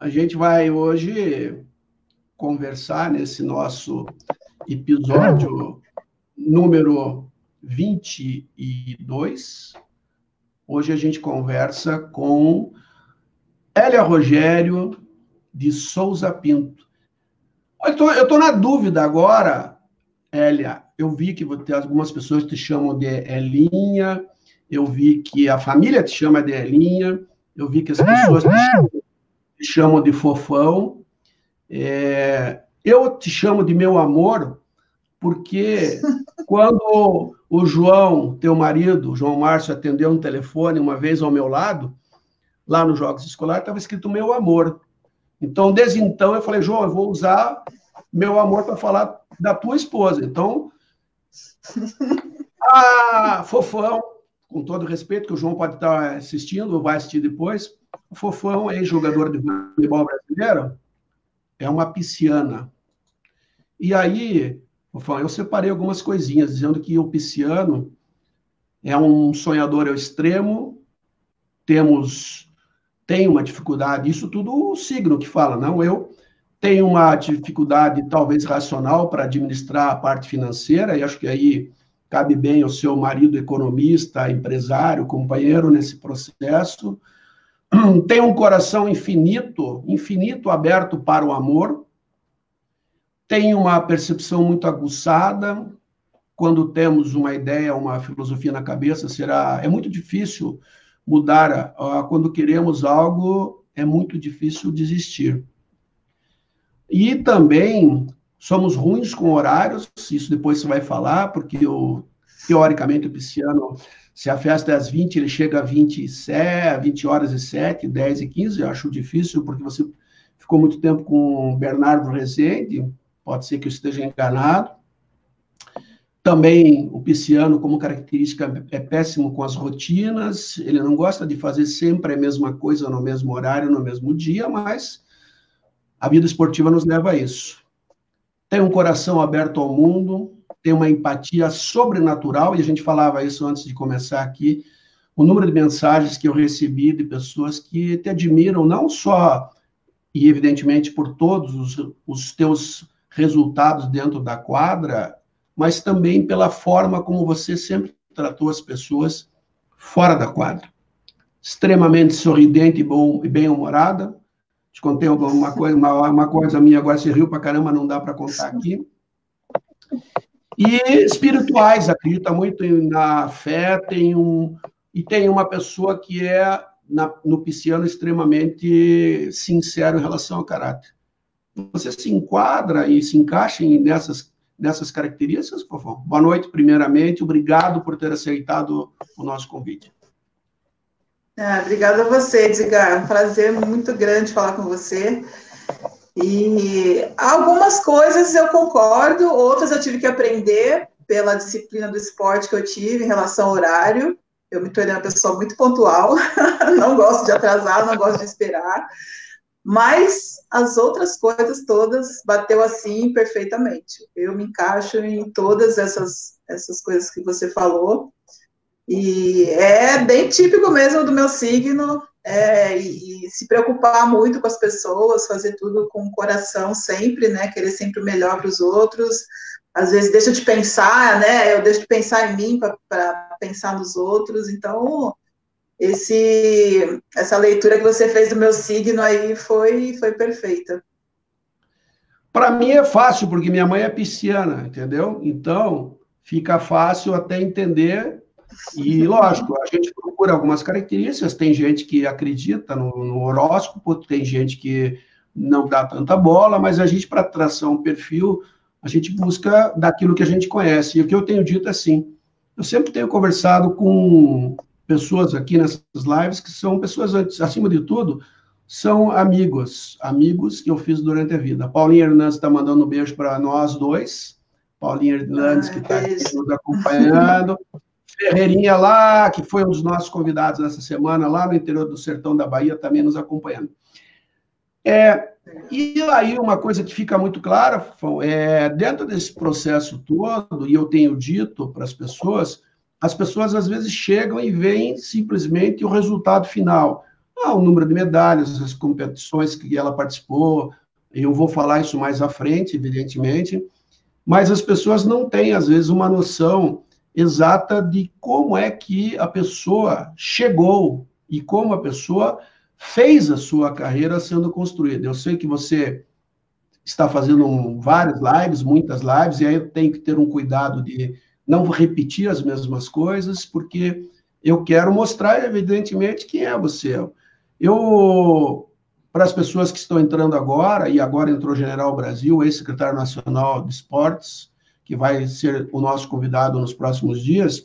gente vai hoje conversar nesse nosso episódio número 22. Hoje a gente conversa com Hélia Rogério de Souza Pinto. Eu tô na dúvida agora, Hélia. Eu vi que algumas pessoas te chamam de Elinha, eu vi que a família te chama de Elinha, eu vi que as pessoas te chamam de Fofão. Eu te chamo de meu amor, porque quando o João, teu marido, o João Márcio, atendeu um telefone uma vez ao meu lado, lá nos Jogos Escolares, estava escrito meu amor. Então, desde então, eu falei, João, eu vou usar meu amor para falar da tua esposa. Então, Fofão, com todo respeito, que o João pode estar assistindo, ou vai assistir depois, o Fofão, ex-jogador de voleibol brasileiro, é uma pisciana. E aí, Fofão, eu separei algumas coisinhas, dizendo que o pisciano é um sonhador ao extremo, tem uma dificuldade, isso tudo o signo que fala, não eu, tenho uma dificuldade talvez racional para administrar a parte financeira, e acho que aí cabe bem ao seu marido economista, empresário, companheiro nesse processo. Tem um coração infinito aberto para o amor, tem uma percepção muito aguçada. Quando temos uma ideia, uma filosofia na cabeça, é muito difícil mudar. Quando queremos algo, é muito difícil desistir. E também somos ruins com horários, isso depois você vai falar, porque teoricamente o pisciano, se a festa é às 20, ele chega a 20 horas e 7, 10 e 15, eu acho difícil, porque você ficou muito tempo com o Bernardo Rezende, pode ser que eu esteja enganado. Também o pisciano, como característica, é péssimo com as rotinas, ele não gosta de fazer sempre a mesma coisa no mesmo horário, no mesmo dia, mas a vida esportiva nos leva a isso. Tem um coração aberto ao mundo, tem uma empatia sobrenatural, e a gente falava isso antes de começar aqui, o número de mensagens que eu recebi de pessoas que te admiram, não só, e evidentemente por todos os teus resultados dentro da quadra, mas também pela forma como você sempre tratou as pessoas fora da quadra. Extremamente sorridente e bem-humorada. Te contei uma coisa minha, agora se riu pra caramba, não dá para contar aqui. E espirituais, acredita muito na fé, tem uma pessoa que é, no pisciano, extremamente sincero em relação ao caráter. Você se enquadra e se encaixa nessas características, Fofão? Boa noite, primeiramente. Obrigado por ter aceitado o nosso convite. Obrigada a você, Edgar. É um prazer muito grande falar com você. E algumas coisas eu concordo, outras eu tive que aprender pela disciplina do esporte que eu tive em relação ao horário. Eu me tornei uma pessoa muito pontual, não gosto de atrasar, não gosto de esperar. Mas as outras coisas todas bateu assim perfeitamente. Eu me encaixo em todas essas coisas que você falou. E é bem típico mesmo do meu signo, e se preocupar muito com as pessoas, fazer tudo com o coração sempre, né? Querer sempre o melhor para os outros. Às vezes deixa de pensar, né? Eu deixo de pensar em mim para pensar nos outros. Então, essa leitura que você fez do meu signo aí foi perfeita. Para mim é fácil, porque minha mãe é pisciana, entendeu? Então, fica fácil até entender. E, lógico, a gente procura algumas características, tem gente que acredita no horóscopo, tem gente que não dá tanta bola, mas a gente, para traçar um perfil, a gente busca daquilo que a gente conhece. E o que eu tenho dito é assim, eu sempre tenho conversado com pessoas aqui nessas lives que são pessoas, acima de tudo, são amigos que eu fiz durante a vida. A Paulinha Hernandes está mandando um beijo para nós dois, Paulinha Hernandes, que está aqui nos acompanhando, Ferreirinha lá, que foi um dos nossos convidados nessa semana, lá no interior do sertão da Bahia, também nos acompanhando. E aí uma coisa que fica muito clara, dentro desse processo todo, e eu tenho dito para as pessoas às vezes chegam e veem simplesmente o resultado final. o número de medalhas, as competições que ela participou. Eu vou falar isso mais à frente, evidentemente, mas as pessoas não têm, às vezes, uma noção exata de como é que a pessoa chegou e como a pessoa fez a sua carreira sendo construída. Eu sei que você está fazendo várias lives, muitas lives, e aí eu tenho que ter um cuidado de não repetir as mesmas coisas, porque eu quero mostrar, evidentemente, quem é você. Para as pessoas que estão entrando agora, e agora entrou o General Brasil, ex-secretário nacional de esportes, que vai ser o nosso convidado nos próximos dias,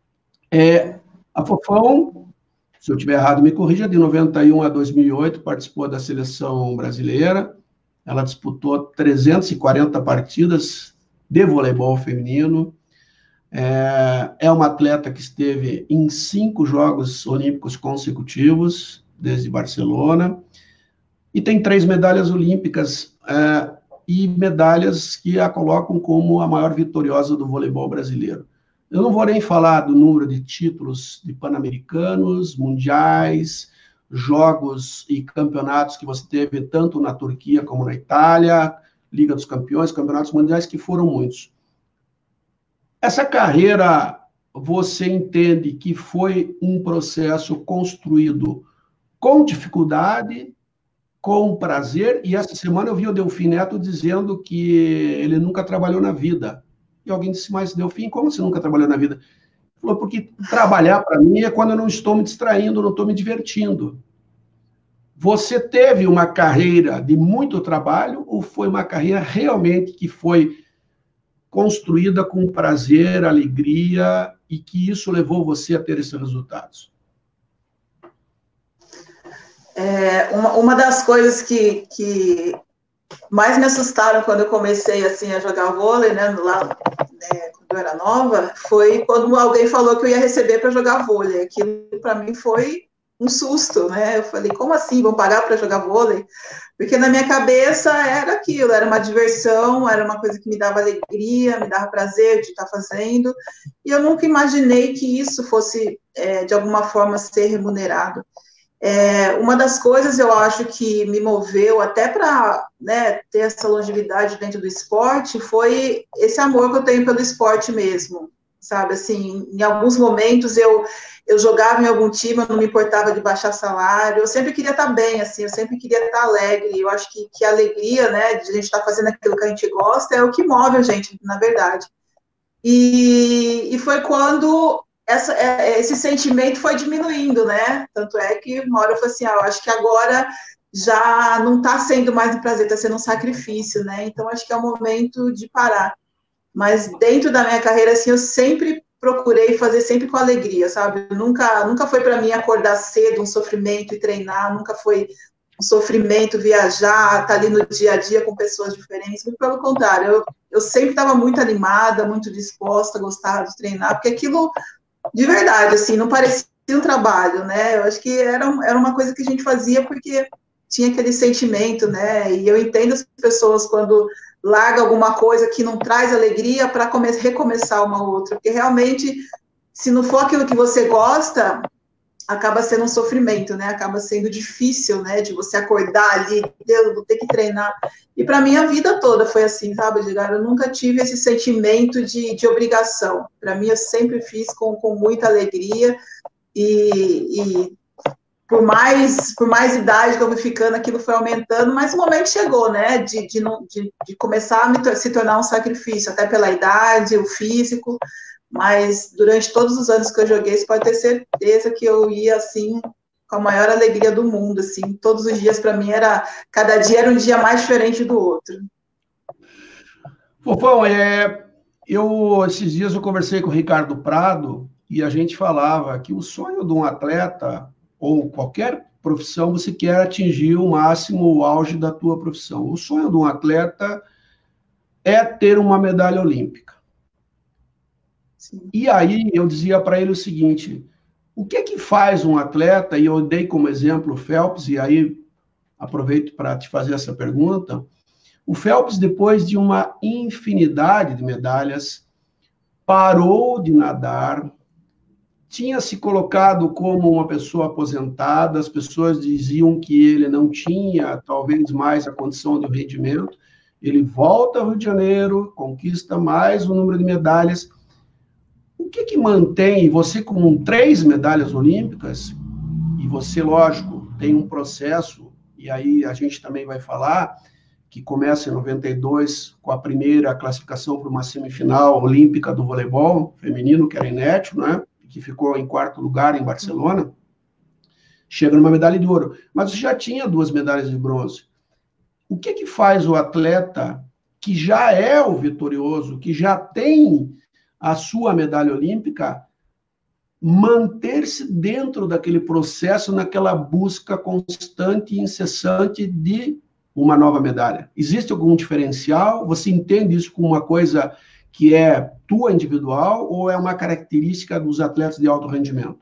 a Fofão, se eu estiver errado, me corrija, de 91 a 2008, participou da seleção brasileira, ela disputou 340 partidas de voleibol feminino, é uma atleta que esteve em 5 Jogos Olímpicos consecutivos, desde Barcelona, e tem 3 medalhas olímpicas e medalhas que a colocam como a maior vitoriosa do voleibol brasileiro. Eu não vou nem falar do número de títulos de pan-americanos, mundiais, jogos e campeonatos que você teve tanto na Turquia como na Itália, Liga dos Campeões, campeonatos mundiais, que foram muitos. Essa carreira, você entende que foi um processo construído com dificuldade, com prazer, e essa semana eu vi o Delfim Neto dizendo que ele nunca trabalhou na vida. E alguém disse, mas Delfim, como você nunca trabalhou na vida? Ele falou, porque trabalhar para mim é quando eu não estou me distraindo, não estou me divertindo. Você teve uma carreira de muito trabalho ou foi uma carreira realmente que foi construída com prazer, alegria, e que isso levou você a ter esses resultados? Uma das coisas que mais me assustaram quando eu comecei assim, a jogar vôlei, né, quando eu era nova, foi quando alguém falou que eu ia receber para jogar vôlei. Aquilo, para mim, foi um susto, né? Eu falei, como assim, vão pagar para jogar vôlei? Porque na minha cabeça era aquilo, era uma diversão, era uma coisa que me dava alegria, me dava prazer de estar fazendo, e eu nunca imaginei que isso fosse, de alguma forma, ser remunerado. Uma das coisas, eu acho, que me moveu até para, né, ter essa longevidade dentro do esporte foi esse amor que eu tenho pelo esporte mesmo, sabe? Assim, em alguns momentos eu jogava em algum time, eu não me importava de baixar salário, eu sempre queria estar bem, assim, eu sempre queria estar alegre. Eu acho que a alegria, né, de a gente estar fazendo aquilo que a gente gosta é o que move a gente, na verdade. E foi quando esse sentimento foi diminuindo, né? Tanto é que uma hora eu falei assim, eu acho que agora já não está sendo mais um prazer, está sendo um sacrifício, né? Então acho que é o momento de parar. Mas dentro da minha carreira, assim, eu sempre procurei fazer sempre com alegria, sabe? Nunca foi para mim acordar cedo, um sofrimento e treinar, nunca foi um sofrimento viajar, estar ali no dia a dia com pessoas diferentes, muito pelo contrário, eu sempre estava muito animada, muito disposta, gostava de treinar, porque aquilo, de verdade, assim, não parecia um trabalho, né? Eu acho que era uma coisa que a gente fazia porque tinha aquele sentimento, né? E eu entendo as pessoas quando larga alguma coisa que não traz alegria para recomeçar uma outra, porque realmente, se não for aquilo que você gosta, acaba sendo um sofrimento, né? Acaba sendo difícil, né? De você acordar ali, Deus, vou ter que treinar. E para mim a vida toda foi assim, sabe, Edgar? Eu nunca tive esse sentimento de obrigação. Para mim eu sempre fiz com muita alegria e por mais idade que eu fui ficando, aquilo foi aumentando, mas o momento chegou, né? De começar a se tornar um sacrifício, até pela idade, o físico. Mas durante todos os anos que eu joguei, você pode ter certeza que eu ia, assim, com a maior alegria do mundo, assim. Todos os dias, para mim, cada dia era um dia mais diferente do outro. Fofão, esses dias eu conversei com o Ricardo Prado e a gente falava que o sonho de um atleta, ou qualquer profissão, você quer atingir o máximo, o auge da tua profissão. O sonho de um atleta é ter uma medalha olímpica. Sim. E aí eu dizia para ele o seguinte, o que faz um atleta, e eu dei como exemplo o Phelps, e aí aproveito para te fazer essa pergunta, o Phelps, depois de uma infinidade de medalhas, parou de nadar, tinha se colocado como uma pessoa aposentada, as pessoas diziam que ele não tinha, talvez, mais a condição de rendimento. Ele volta ao Rio de Janeiro, conquista mais um número de medalhas. O que mantém você com 3 medalhas olímpicas, e você, lógico, tem um processo, e aí a gente também vai falar, que começa em 92, com a primeira classificação para uma semifinal olímpica do voleibol feminino, que era inédito, né? Que ficou em 4º lugar em Barcelona, chega numa medalha de ouro. Mas já tinha 2 medalhas de bronze. O que faz o atleta que já é o vitorioso, que já tem a sua medalha olímpica, manter-se dentro daquele processo, naquela busca constante e incessante de uma nova medalha? Existe algum diferencial? Você entende isso como uma coisa que é tua individual ou é uma característica dos atletas de alto rendimento?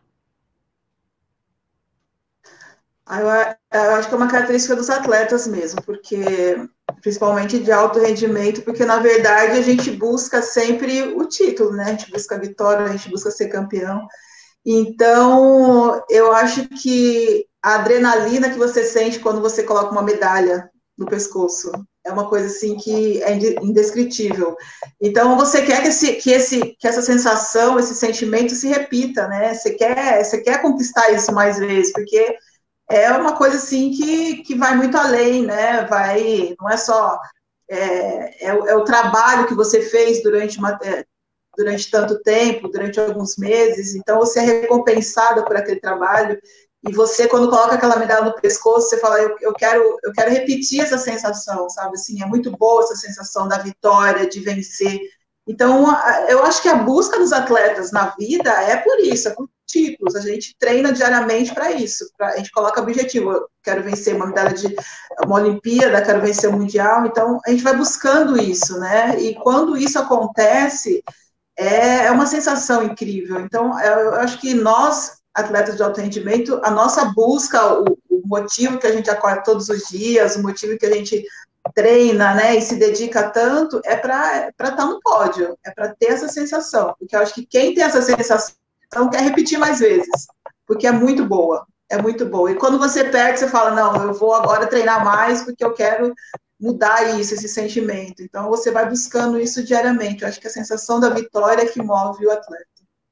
Eu acho que é uma característica dos atletas mesmo, porque principalmente de alto rendimento, porque na verdade a gente busca sempre o título, né? A gente busca a vitória, a gente busca ser campeão. Então, eu acho que a adrenalina que você sente quando você coloca uma medalha no pescoço é uma coisa assim que é indescritível. Então, você quer que essa sensação, esse sentimento se repita, né? Você quer conquistar isso mais vezes, porque é uma coisa assim que vai muito além, né? Não é só o trabalho que você fez durante tanto tempo, durante alguns meses, então você é recompensado por aquele trabalho, e você, quando coloca aquela medalha no pescoço, você fala, eu quero repetir essa sensação, sabe, assim, é muito boa essa sensação da vitória, de vencer. Então, eu acho que a busca dos atletas na vida é por isso, é por títulos, a gente treina diariamente para isso, a gente coloca objetivo, eu quero vencer uma medalha de uma Olimpíada, quero vencer o Mundial, então a gente vai buscando isso, né, e quando isso acontece, é uma sensação incrível. Então, eu acho que nós, atletas de alto rendimento, a nossa busca, o motivo que a gente acorda todos os dias, o motivo que a gente treina, né, e se dedica tanto, é para estar no pódio, é para ter essa sensação. Porque eu acho que quem tem essa sensação quer repetir mais vezes, porque é muito boa, é muito boa. E quando você perde, você fala, não, eu vou agora treinar mais, porque eu quero mudar isso, esse sentimento. Então, você vai buscando isso diariamente. Eu acho que a sensação da vitória é que move o atleta.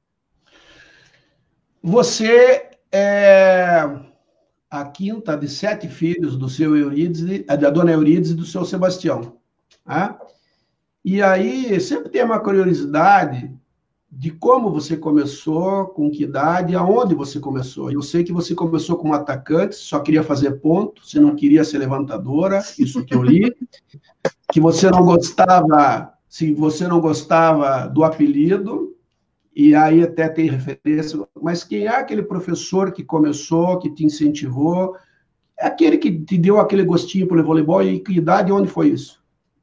Você é a quinta de 7 filhos do seu Eurídice, da dona Eurídice e do seu Sebastião. Né? E aí, sempre tem uma curiosidade de como você começou, com que idade, aonde você começou. Eu sei que você começou como atacante, só queria fazer ponto, você não queria ser levantadora, isso que eu li, que você não gostava, se você não gostava do apelido, e aí até tem referência, mas quem é aquele professor que começou, que te incentivou, é aquele que te deu aquele gostinho para o voleibol, e que idade e onde foi isso?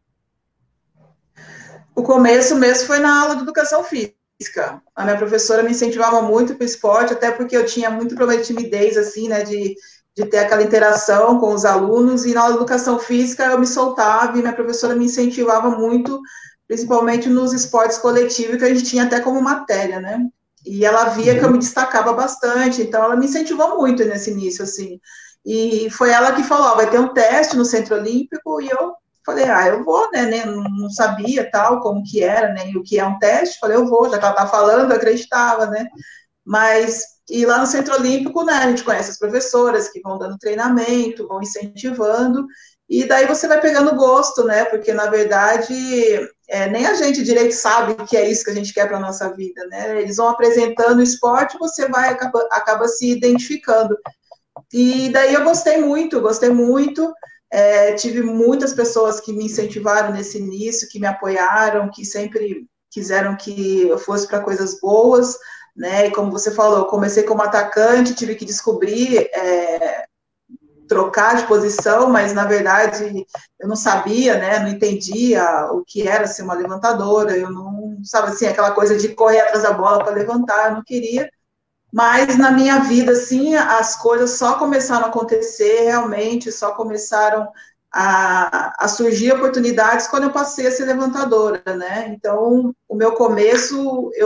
O começo mesmo foi na aula de educação física. A minha professora me incentivava muito para o esporte, até porque eu tinha muito problema de timidez, assim, né, de ter aquela interação com os alunos, e na aula de educação física eu me soltava, e minha professora me incentivava muito, principalmente nos esportes coletivos, que a gente tinha até como matéria, né, e ela via que eu me destacava bastante, então ela me incentivou muito nesse início, assim, e foi ela que falou, vai ter um teste no Centro Olímpico, e eu falei, eu vou, né, não sabia tal, como que era, né, e o que é um teste, falei, eu vou, já que ela tá falando, eu acreditava, né, mas, e lá no Centro Olímpico, né, a gente conhece as professoras que vão dando treinamento, vão incentivando, e daí você vai pegando gosto, né, porque, na verdade, nem a gente direito sabe que é isso que a gente quer para a nossa vida, né, eles vão apresentando o esporte, você acaba se identificando, e daí eu gostei muito, tive muitas pessoas que me incentivaram nesse início, que me apoiaram, que sempre quiseram que eu fosse para coisas boas, né, e como você falou, eu comecei como atacante, tive que descobrir, trocar de posição, mas na verdade eu não sabia, né, não entendia o que era ser uma levantadora, eu não, sabe assim, aquela coisa de correr atrás da bola para levantar, eu não queria. Mas na minha vida, assim, as coisas só começaram a acontecer realmente, só começaram a surgir oportunidades quando eu passei a ser levantadora, né? Então, o meu começo, eu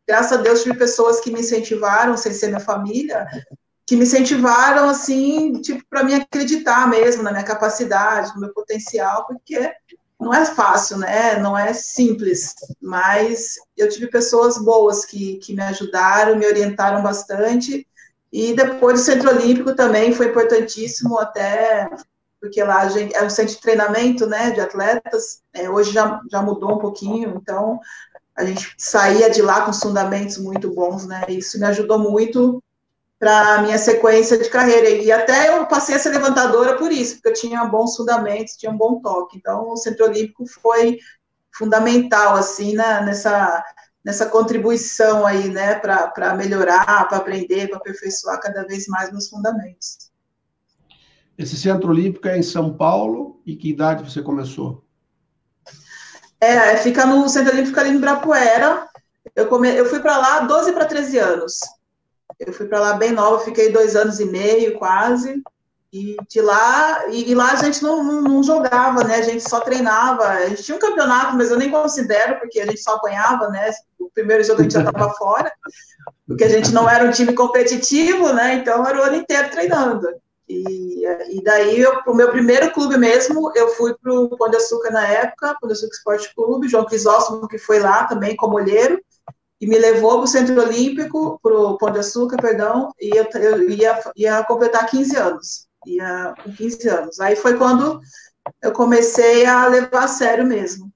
graças a Deus, tive pessoas que me incentivaram, sem ser minha família, que me incentivaram, assim, tipo, para me acreditar mesmo na minha capacidade, no meu potencial, porque não é fácil, né? Não é simples, mas eu tive pessoas boas que me ajudaram, me orientaram bastante, e depois do Centro Olímpico também foi importantíssimo, até porque lá a gente, é um centro de treinamento, né, de atletas, hoje já mudou um pouquinho, então a gente saía de lá com fundamentos muito bons, né, e isso me ajudou muito para a minha sequência de carreira, e até eu passei a ser levantadora por isso, porque eu tinha bons fundamentos, tinha um bom toque, então o Centro Olímpico foi fundamental, assim, nessa contribuição aí, né, para melhorar, para aprender, para aperfeiçoar cada vez mais meus fundamentos. Esse Centro Olímpico é em São Paulo, e que idade você começou? Fica no Centro Olímpico ali no Ibirapuera. Eu fui para lá 12 para 13 anos. Eu fui para lá bem nova, fiquei 2 anos e meio, quase. E de lá, e lá a gente não jogava, né? A gente só treinava. A gente tinha um campeonato, mas eu nem considero, porque a gente só apanhava, né? O primeiro jogo a gente já estava fora, porque a gente não era um time competitivo, né? Então era o ano inteiro treinando. E daí, o meu primeiro clube mesmo, eu fui para o Pão de Açúcar na época, Pão de Açúcar Esporte Clube, João Crisóstomo, que foi lá também como olheiro, e me levou para o Centro Olímpico, para o Pão de Açúcar, perdão, e eu ia completar 15 anos, com 15 anos. Aí foi quando eu comecei a levar a sério mesmo.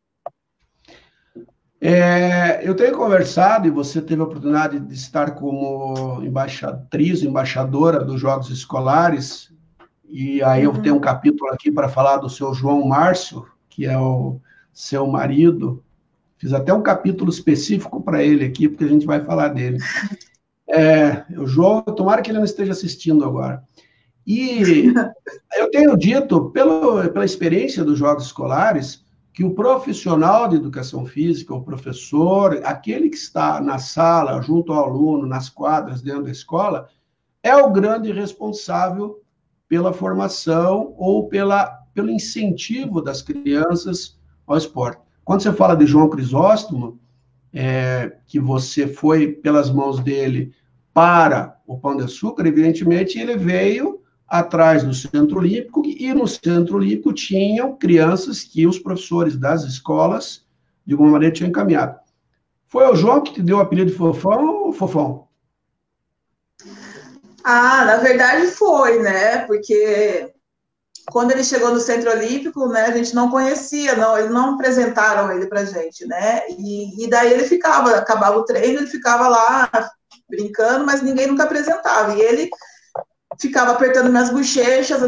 Eu tenho conversado, e você teve a oportunidade de estar como embaixadora dos Jogos Escolares, e aí eu tenho um capítulo aqui para falar do seu João Márcio, que é o seu marido. Fiz até um capítulo específico para ele aqui, porque a gente vai falar dele. O João, tomara que ele não esteja assistindo agora. E eu tenho dito, pela experiência dos Jogos Escolares, que o profissional de educação física, o professor, aquele que está na sala, junto ao aluno, nas quadras, dentro da escola, é o grande responsável pela formação ou pelo incentivo das crianças ao esporte. Quando você fala de João Crisóstomo, que você foi pelas mãos dele para o Pão de Açúcar, evidentemente ele veio atrás do Centro Olímpico, e no Centro Olímpico tinham crianças que os professores das escolas, de alguma maneira, tinham encaminhado. Foi o João que te deu o apelido de Fofão ou Fofão? Na verdade foi, né? Porque quando ele chegou no Centro Olímpico, né, a gente não conhecia, eles não apresentaram ele pra gente, né? E daí ele acabava o treino, ele ficava lá brincando, mas ninguém nunca apresentava. E ele ficava apertando minhas bochechas,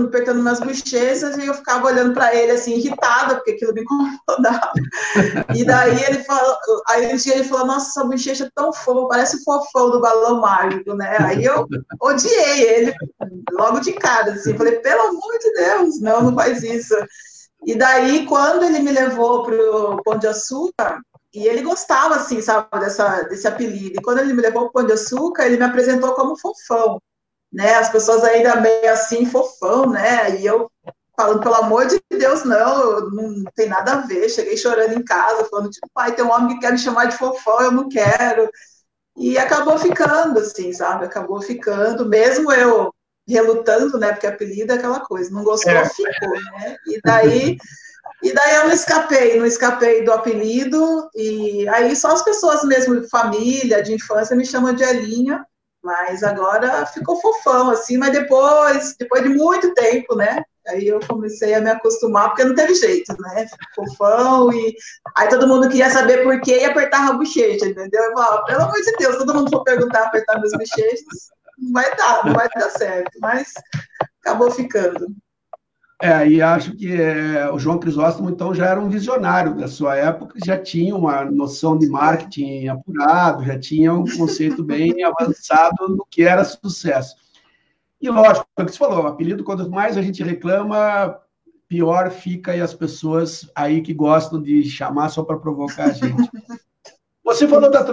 e eu ficava olhando para ele assim, irritada, porque aquilo me incomodava. E daí um dia ele falou, nossa, essa bochecha é tão fofa, parece o fofão do Balão Mágico, né? Aí eu odiei ele logo de cara, assim, falei, pelo amor de Deus, não faz isso. E daí, quando ele me levou pro Pão de Açúcar, e ele gostava, assim, sabe, desse apelido, e quando ele me levou pro Pão de Açúcar, ele me apresentou como Fofão, né, as pessoas ainda meio assim, Fofão, né, e eu falando, pelo amor de Deus, não tem nada a ver, cheguei chorando em casa, falando, tipo, pai, tem um homem que quer me chamar de Fofão, eu não quero, e acabou ficando, assim, sabe, mesmo eu relutando, né, porque apelido é aquela coisa, não gostou, ficou, né, e daí eu não escapei do apelido, e aí só as pessoas mesmo de família, de infância, me chamam de Elinha, mas agora ficou Fofão, assim, mas depois de muito tempo, né, aí eu comecei a me acostumar, porque não teve jeito, né, Fofão, e aí todo mundo queria saber por quê e apertava a bochecha, entendeu? Eu falava, pelo amor de Deus, todo mundo for perguntar, apertar meus bochechas, não vai dar certo, mas acabou ficando. E acho que o João Crisóstomo, então, já era um visionário da sua época, já tinha uma noção de marketing apurado, já tinha um conceito bem avançado do que era sucesso. E, lógico, é o que você falou, o apelido, quanto mais a gente reclama, pior fica, e as pessoas aí que gostam de chamar só para provocar a gente. Você falou da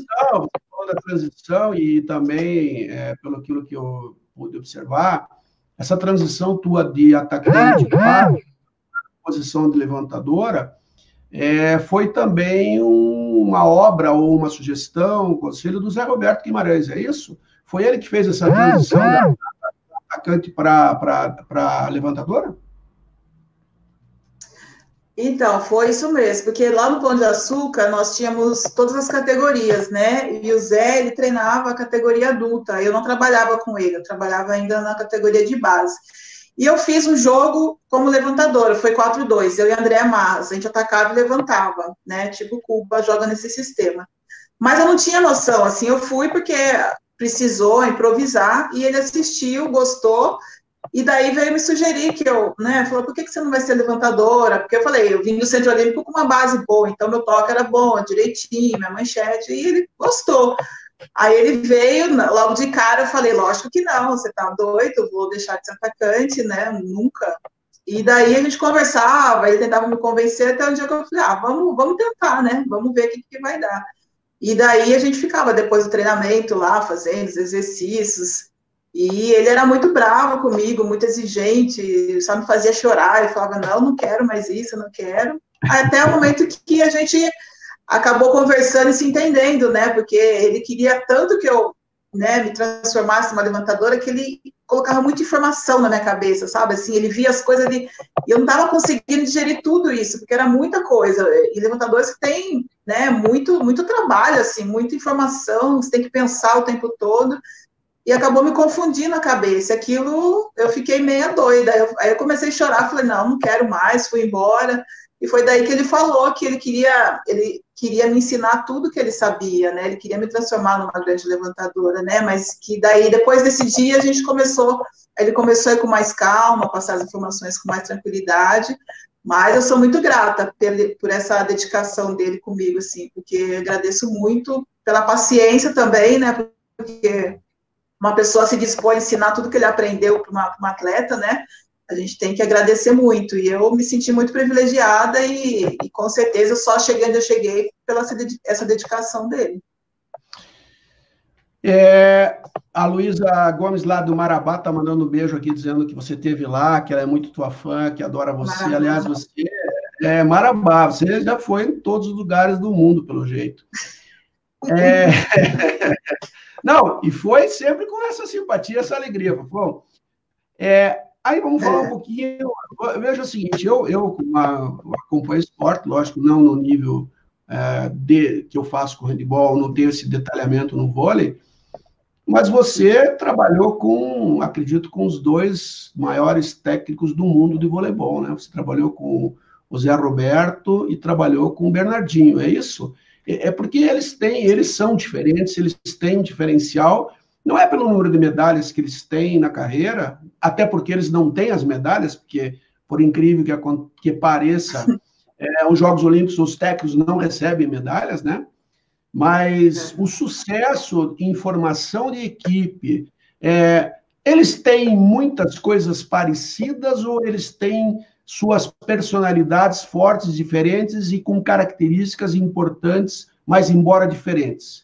transição, e também, pelo aquilo que eu pude observar, essa transição tua de atacante para posição de levantadora, foi também uma obra ou uma sugestão, um conselho do Zé Roberto Guimarães, é isso? Foi ele que fez essa transição da atacante para levantadora? Então, foi isso mesmo, porque lá no Pão de Açúcar nós tínhamos todas as categorias, né? E o Zé, ele treinava a categoria adulta, eu não trabalhava com ele, eu trabalhava ainda na categoria de base. E eu fiz um jogo como levantadora, foi 4-2, eu e a Andréa Marras, a gente atacava e levantava, né? Tipo, Cuba joga nesse sistema. Mas eu não tinha noção, assim, eu fui porque precisou improvisar, e ele assistiu, gostou, e daí veio me sugerir que eu, né, falou, por que você não vai ser levantadora? Porque eu falei, eu vim do Centro Olímpico com uma base boa, então meu toque era bom, direitinho, minha manchete, e ele gostou. Aí ele veio, logo de cara, eu falei, lógico que não, você tá doido, eu vou deixar de ser atacante, né, nunca. E daí a gente conversava, ele tentava me convencer, até um dia que eu falei, vamos tentar, né, vamos ver o que vai dar. E daí a gente ficava, depois do treinamento lá, fazendo os exercícios, e ele era muito bravo comigo, muito exigente, só me fazia chorar, eu falava, não quero mais isso, não quero. Até o momento que a gente acabou conversando e se entendendo, né, porque ele queria tanto que eu, né, me transformasse numa levantadora, que ele colocava muita informação na minha cabeça, sabe, assim, ele via as coisas ali, e eu não estava conseguindo digerir tudo isso, porque era muita coisa, e levantadores que tem, né, muito trabalho, assim, muita informação, você tem que pensar o tempo todo, e acabou me confundindo a cabeça, aquilo, eu fiquei meia doida, aí eu comecei a chorar, falei, não quero mais, fui embora, e foi daí que ele falou que ele queria me ensinar tudo que ele sabia, né, ele queria me transformar numa grande levantadora, né, mas que daí, depois desse dia, ele começou a ir com mais calma, passar as informações com mais tranquilidade, mas eu sou muito grata por essa dedicação dele comigo, assim, porque eu agradeço muito pela paciência também, né, porque uma pessoa se dispõe a ensinar tudo que ele aprendeu para uma atleta, né? A gente tem que agradecer muito. E eu me senti muito privilegiada e com certeza só cheguei onde eu cheguei pela essa dedicação dele. A Luísa Gomes, lá do Marabá, está mandando um beijo aqui, dizendo que você esteve lá, que ela é muito tua fã, que adora você. Marabá. Aliás, você é Marabá, você já foi em todos os lugares do mundo, pelo jeito. Não, e foi sempre com essa simpatia, essa alegria. Bom, aí vamos falar um pouquinho. Veja o seguinte, eu acompanho esporte, lógico, não no nível que eu faço com handebol, não tenho esse detalhamento no vôlei, mas você trabalhou acredito, com os dois maiores técnicos do mundo de voleibol, né? Você trabalhou com o Zé Roberto e trabalhou com o Bernardinho, é isso? É porque eles são diferentes, eles têm um diferencial, não é pelo número de medalhas que eles têm na carreira, até porque eles não têm as medalhas, porque, por incrível que pareça, os Jogos Olímpicos, os técnicos não recebem medalhas, né? Mas o sucesso em formação de equipe, eles têm muitas coisas parecidas ou eles têm suas personalidades fortes, diferentes e com características importantes, mas embora diferentes?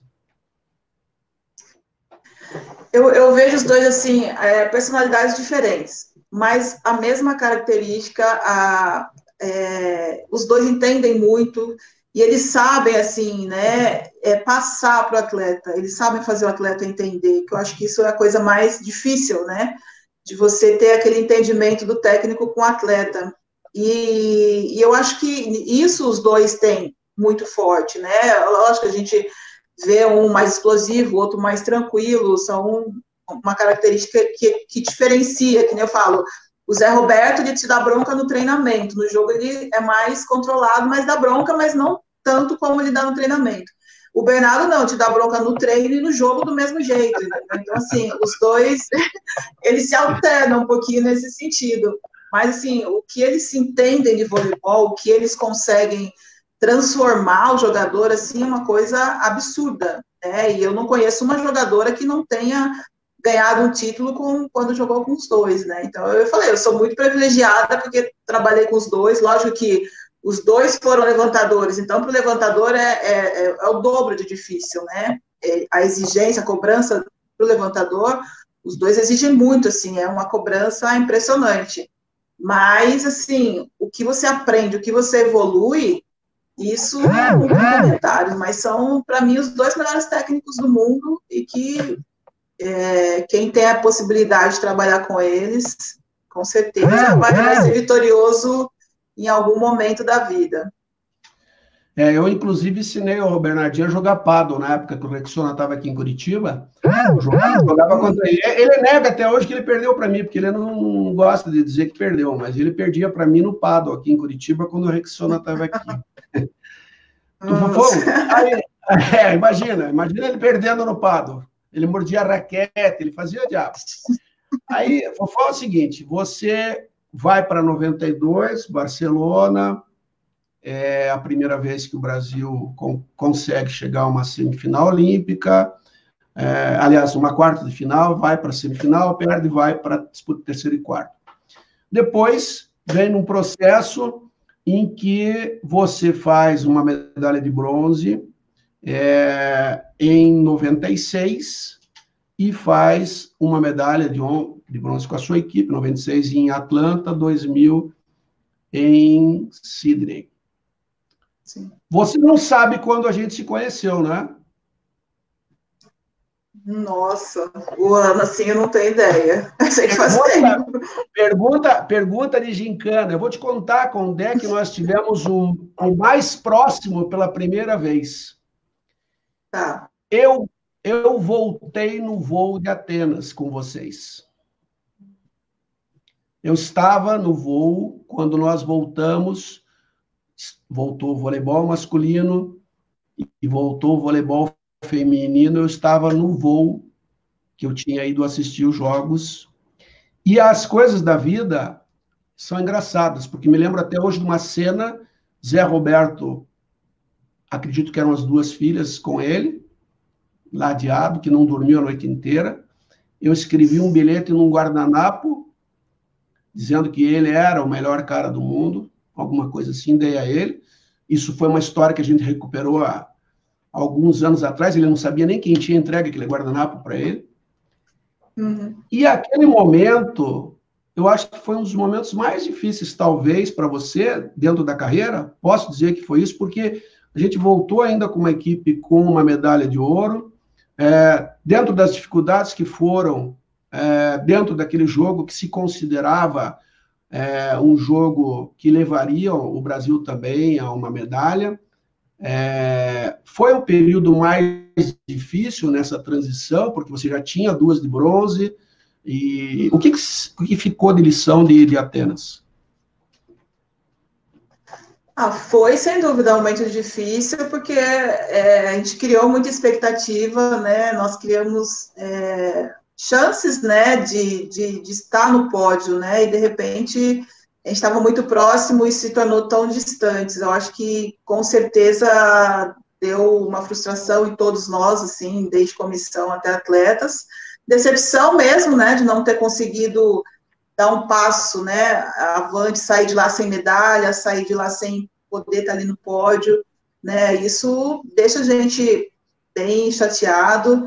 Eu vejo os dois, assim, personalidades diferentes, mas a mesma característica, os dois entendem muito e eles sabem, assim, né, passar para o atleta, eles sabem fazer o atleta entender, que eu acho que isso é a coisa mais difícil, né, de você ter aquele entendimento do técnico com o atleta. E eu acho que isso os dois têm muito forte, né? Lógico que a gente vê um mais explosivo, o outro mais tranquilo, são uma característica que diferencia, que nem eu falo, o Zé Roberto, ele te dá bronca no treinamento, no jogo ele é mais controlado, mas dá bronca, mas não tanto como ele dá no treinamento. O Bernardo não, te dá bronca no treino e no jogo do mesmo jeito. Então, assim, os dois, eles se alternam um pouquinho nesse sentido. Mas, assim, o que eles se entendem de voleibol, o que eles conseguem transformar o jogador, assim, é uma coisa absurda, né? E eu não conheço uma jogadora que não tenha ganhado um título quando jogou com os dois, né? Então, eu falei, eu sou muito privilegiada porque trabalhei com os dois, lógico que os dois foram levantadores, então para o levantador é o dobro de difícil, né? A exigência, a cobrança para o levantador, os dois exigem muito, assim, é uma cobrança impressionante. Mas, assim, o que você aprende, o que você evolui, Isso não tem comentário, mas são, para mim, os dois melhores técnicos do mundo e que quem tem a possibilidade de trabalhar com eles, com certeza vai ser vitorioso em algum momento da vida. Eu, inclusive, ensinei o Bernardinho a jogar pádel na época que o Rexona estava aqui em Curitiba. Eu jogava contra ele. Ele nega até hoje que ele perdeu para mim, porque ele não gosta de dizer que perdeu, mas ele perdia para mim no pádel aqui em Curitiba quando o Rexona estava aqui. Aí, imagina ele perdendo no pádel. Ele mordia a raquete, ele fazia diabo. Aí, Fofó, é o seguinte, você vai para 92, Barcelona, é a primeira vez que o Brasil consegue chegar a uma semifinal olímpica, aliás, uma quarta de final, vai para a semifinal, perde e vai para a disputa terceiro e quarto. Depois, vem num processo em que você faz uma medalha de bronze em 96 e faz uma medalha de bronze com a sua equipe, 96 em Atlanta, 2000 em Sydney. Sim. Você não sabe quando a gente se conheceu, né? Nossa, o ano assim eu não tenho ideia. Eu sei que faz tempo. Pergunta de gincana. Eu vou te contar quando é que nós tivemos o mais próximo pela primeira vez. Tá. Eu voltei no voo de Atenas com vocês. Eu estava no voo quando nós voltamos. Voltou o voleibol masculino e voltou o voleibol feminino. Eu estava no voo que eu tinha ido assistir os jogos. E as coisas da vida são engraçadas, porque me lembro até hoje de uma cena, Zé Roberto, acredito que eram as duas filhas com ele, ladeado, que não dormiu a noite inteira. Eu escrevi um bilhete num guardanapo, dizendo que ele era o melhor cara do mundo, alguma coisa assim, dei a ele. Isso foi uma história que a gente recuperou há alguns anos atrás, ele não sabia nem quem tinha entregue aquele guardanapo para ele. Uhum. E aquele momento, eu acho que foi um dos momentos mais difíceis, talvez, para você, dentro da carreira. Posso dizer que foi isso, porque a gente voltou ainda com uma equipe com uma medalha de ouro, dentro das dificuldades que foram, dentro daquele jogo que se considerava um jogo que levaria o Brasil também a uma medalha. Foi um período mais difícil nessa transição, porque você já tinha duas de bronze. E o que ficou de lição de Atenas? Foi, sem dúvida, um momento difícil, porque a gente criou muita expectativa, né? Nós criamos chances, né, de estar no pódio, né? E, de repente, a gente estava muito próximo e se tornou tão distantes. Eu acho que, com certeza, deu uma frustração em todos nós, assim, desde comissão até atletas. Decepção mesmo, né, de não ter conseguido dar um passo, né, avante, sair de lá sem medalha, sair de lá sem poder estar ali no pódio, né, isso deixa a gente bem chateado,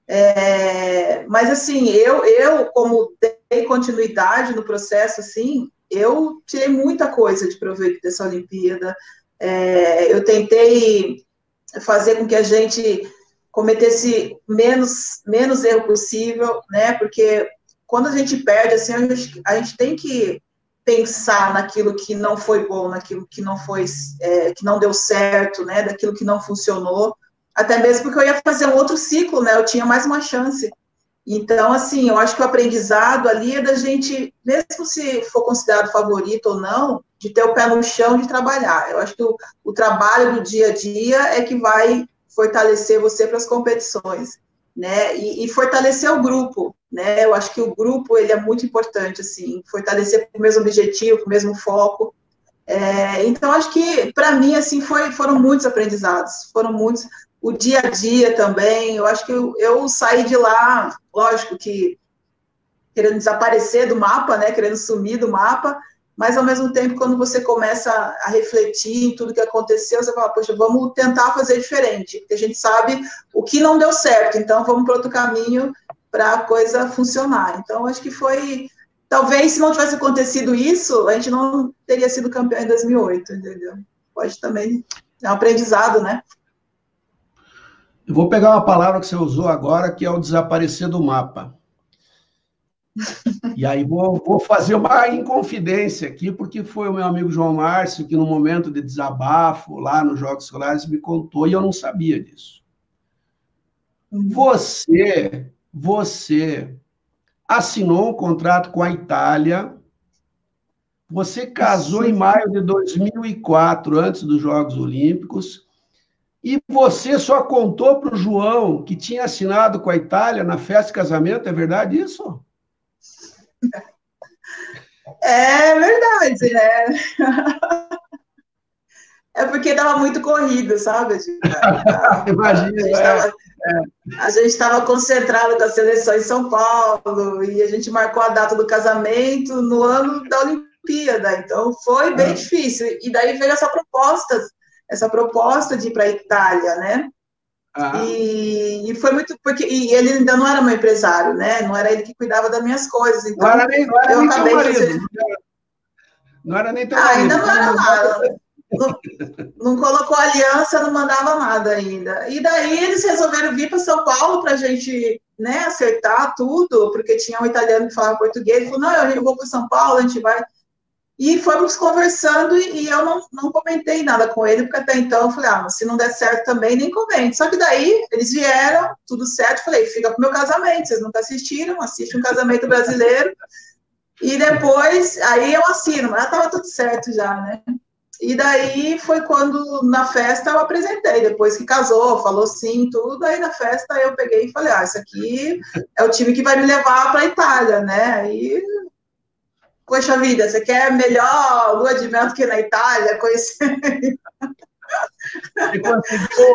mas, assim, eu como dei continuidade no processo, assim, eu tirei muita coisa de proveito dessa Olimpíada, eu tentei fazer com que a gente cometesse menos erro possível, né, porque quando a gente perde, assim, a gente tem que pensar naquilo que não foi bom, naquilo que não foi, que não deu certo, né, daquilo que não funcionou, até mesmo porque eu ia fazer um outro ciclo, né, eu tinha mais uma chance. Então, assim, eu acho que o aprendizado ali é da gente, mesmo se for considerado favorito ou não, de ter o pé no chão, de trabalhar. Eu acho que o trabalho do dia a dia é que vai fortalecer você para as competições, né, e fortalecer o grupo, né, eu acho que o grupo, ele é muito importante, assim, fortalecer para o mesmo objetivo, para o mesmo foco, então, acho que, para mim, assim, foram muitos aprendizados, foram muitos, o dia a dia também, eu acho que eu saí de lá, lógico que querendo desaparecer do mapa, né, querendo sumir do mapa, mas, ao mesmo tempo, quando você começa a refletir em tudo que aconteceu, você fala, poxa, vamos tentar fazer diferente, porque a gente sabe o que não deu certo, então vamos para outro caminho para a coisa funcionar. Então, acho que foi... Talvez, se não tivesse acontecido isso, a gente não teria sido campeão em 2008, entendeu? Pode também... É um aprendizado, né? Eu vou pegar uma palavra que você usou agora, que é o desaparecer do mapa. E aí vou fazer uma inconfidência aqui, porque foi o meu amigo João Márcio que, no momento de desabafo, lá nos Jogos Escolares, me contou e eu não sabia disso. Você assinou um contrato com a Itália, você casou em maio de 2004, antes dos Jogos Olímpicos, e você só contou para o João que tinha assinado com a Itália na festa de casamento, é verdade isso? É verdade, né? É porque estava muito corrido, sabe? Imagina, A gente estava concentrado com a seleção em São Paulo e a gente marcou a data do casamento no ano da Olimpíada, então foi bem difícil. E daí veio essa proposta de ir para a Itália, né? E foi muito porque ele ainda não era meu empresário, né? Não era ele que cuidava das minhas coisas, então não era nem eu teu acabei marido. fazendo. Não era nem teu marido. Ainda não era nada. Não colocou aliança, não mandava nada ainda. E daí eles resolveram vir para São Paulo para a gente, né, acertar tudo, porque tinha um italiano que falava português. Ele falou: não, eu vou para São Paulo, a gente vai. E fomos conversando e eu não comentei nada com ele, porque até então eu falei: ah, se não der certo também, nem comente. Só que daí eles vieram, tudo certo, falei: fica pro meu casamento, vocês nunca assistiram, assiste um casamento brasileiro. E depois, aí eu assino, mas estava tudo certo já, né? E daí foi quando, na festa, eu apresentei, depois que casou, falou sim, tudo, aí na festa eu peguei e falei, isso aqui é o time que vai me levar para a Itália, né? E, poxa vida, você quer melhor lua de mel do que na Itália? Conhecer... Você conseguiu,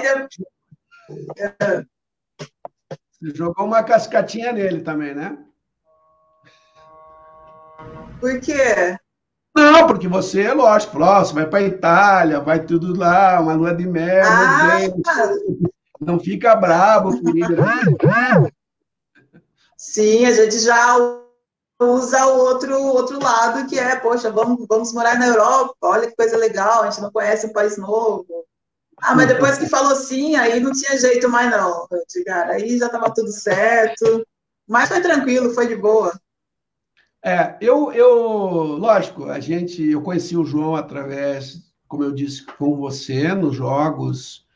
você jogou uma cascatinha nele também, né? Por quê? Não, porque você, lógico, falou, você vai para a Itália, vai tudo lá, uma lua de mel, meu Deus, não fica bravo, querido. Sim, a gente já usa o outro lado, que é, poxa, vamos morar na Europa, olha que coisa legal, a gente não conhece um país novo. Mas depois que falou sim, aí não tinha jeito mais não, cara, aí já estava tudo certo, mas foi tranquilo, foi de boa. Lógico, eu conheci o João através, como eu disse, com você, nos jogos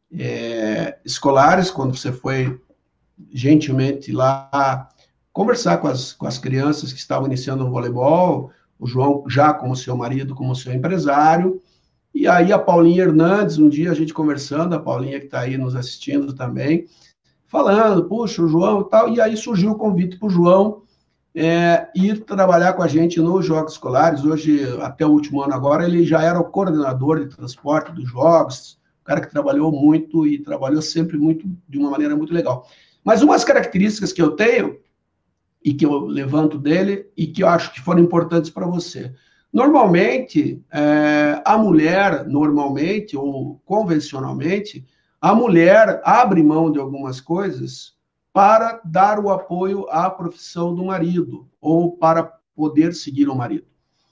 escolares, quando você foi gentilmente lá conversar com as crianças que estavam iniciando no voleibol, o João já como seu marido, como seu empresário, e aí a Paulinha Hernandes, um dia a gente conversando, a Paulinha que está aí nos assistindo também, falando, puxa, o João e tal, e aí surgiu o convite para o João ir trabalhar com a gente nos Jogos Escolares. Hoje, até o último ano agora, ele já era o coordenador de transporte dos Jogos, o cara que trabalhou muito e trabalhou sempre muito, de uma maneira muito legal. Mas umas características que eu tenho e que eu levanto dele e que eu acho que foram importantes para você. Normalmente, a mulher, normalmente ou convencionalmente, a mulher abre mão de algumas coisas para dar o apoio à profissão do marido ou para poder seguir o marido.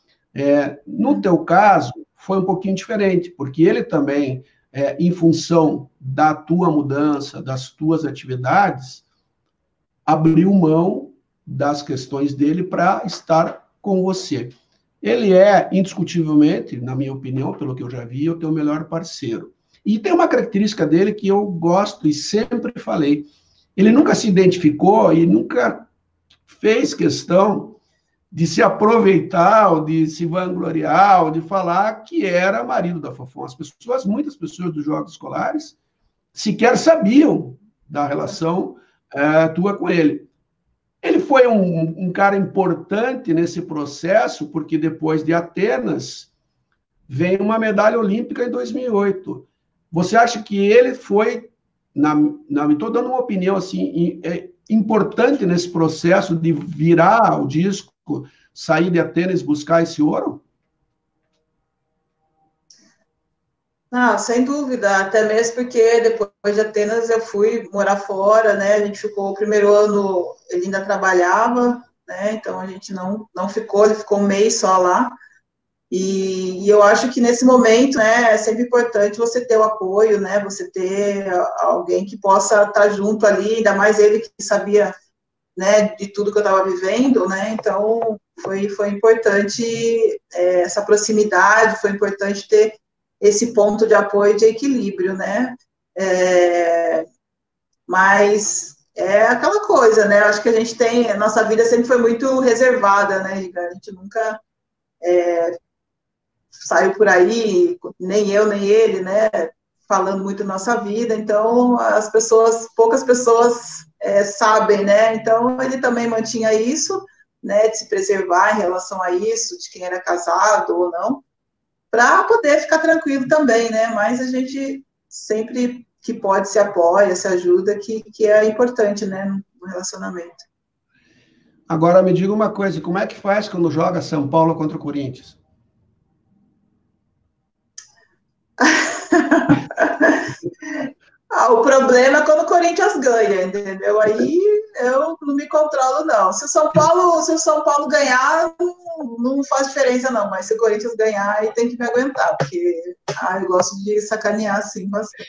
No teu caso, foi um pouquinho diferente, porque ele também, em função da tua mudança, das tuas atividades, abriu mão das questões dele para estar com você. Ele é, indiscutivelmente, na minha opinião, pelo que eu já vi, o teu melhor parceiro. E tem uma característica dele que eu gosto e sempre falei. Ele nunca se identificou e nunca fez questão de se aproveitar, ou de se vangloriar, ou de falar que era marido da Fofão. Muitas pessoas dos jogos escolares, sequer sabiam da relação tua com ele. Ele foi um cara importante nesse processo, porque depois de Atenas, vem uma medalha olímpica em 2008. Você acha que ele foi, estou dando uma opinião assim, importante nesse processo de virar o disco, sair de Atenas e buscar esse ouro? Não, sem dúvida, até mesmo porque depois de Atenas eu fui morar fora, né? A gente ficou o primeiro ano, ele ainda trabalhava, né? Então a gente não ficou, ele ficou um mês só lá. E eu acho que nesse momento, né, é sempre importante você ter o apoio, né, você ter alguém que possa estar junto ali, ainda mais ele que sabia, né, de tudo que eu estava vivendo, né, então foi importante essa proximidade, foi importante ter esse ponto de apoio e de equilíbrio, né, mas é aquela coisa, né, eu acho que a gente tem, a nossa vida sempre foi muito reservada, né, a gente nunca saiu por aí, nem eu, nem ele, né, falando muito da nossa vida, então poucas pessoas sabem, né, então ele também mantinha isso, né, de se preservar em relação a isso, de quem era casado ou não, para poder ficar tranquilo também, né, mas a gente sempre que pode se apoia, se ajuda, que é importante, né, no relacionamento. Agora me diga uma coisa, como é que faz quando joga São Paulo contra o Corinthians? O problema é quando o Corinthians ganha, entendeu? Aí eu não me controlo, não. Se o São Paulo ganhar, não faz diferença, não. Mas se o Corinthians ganhar, aí tem que me aguentar, porque eu gosto de sacanear, assim, bastante.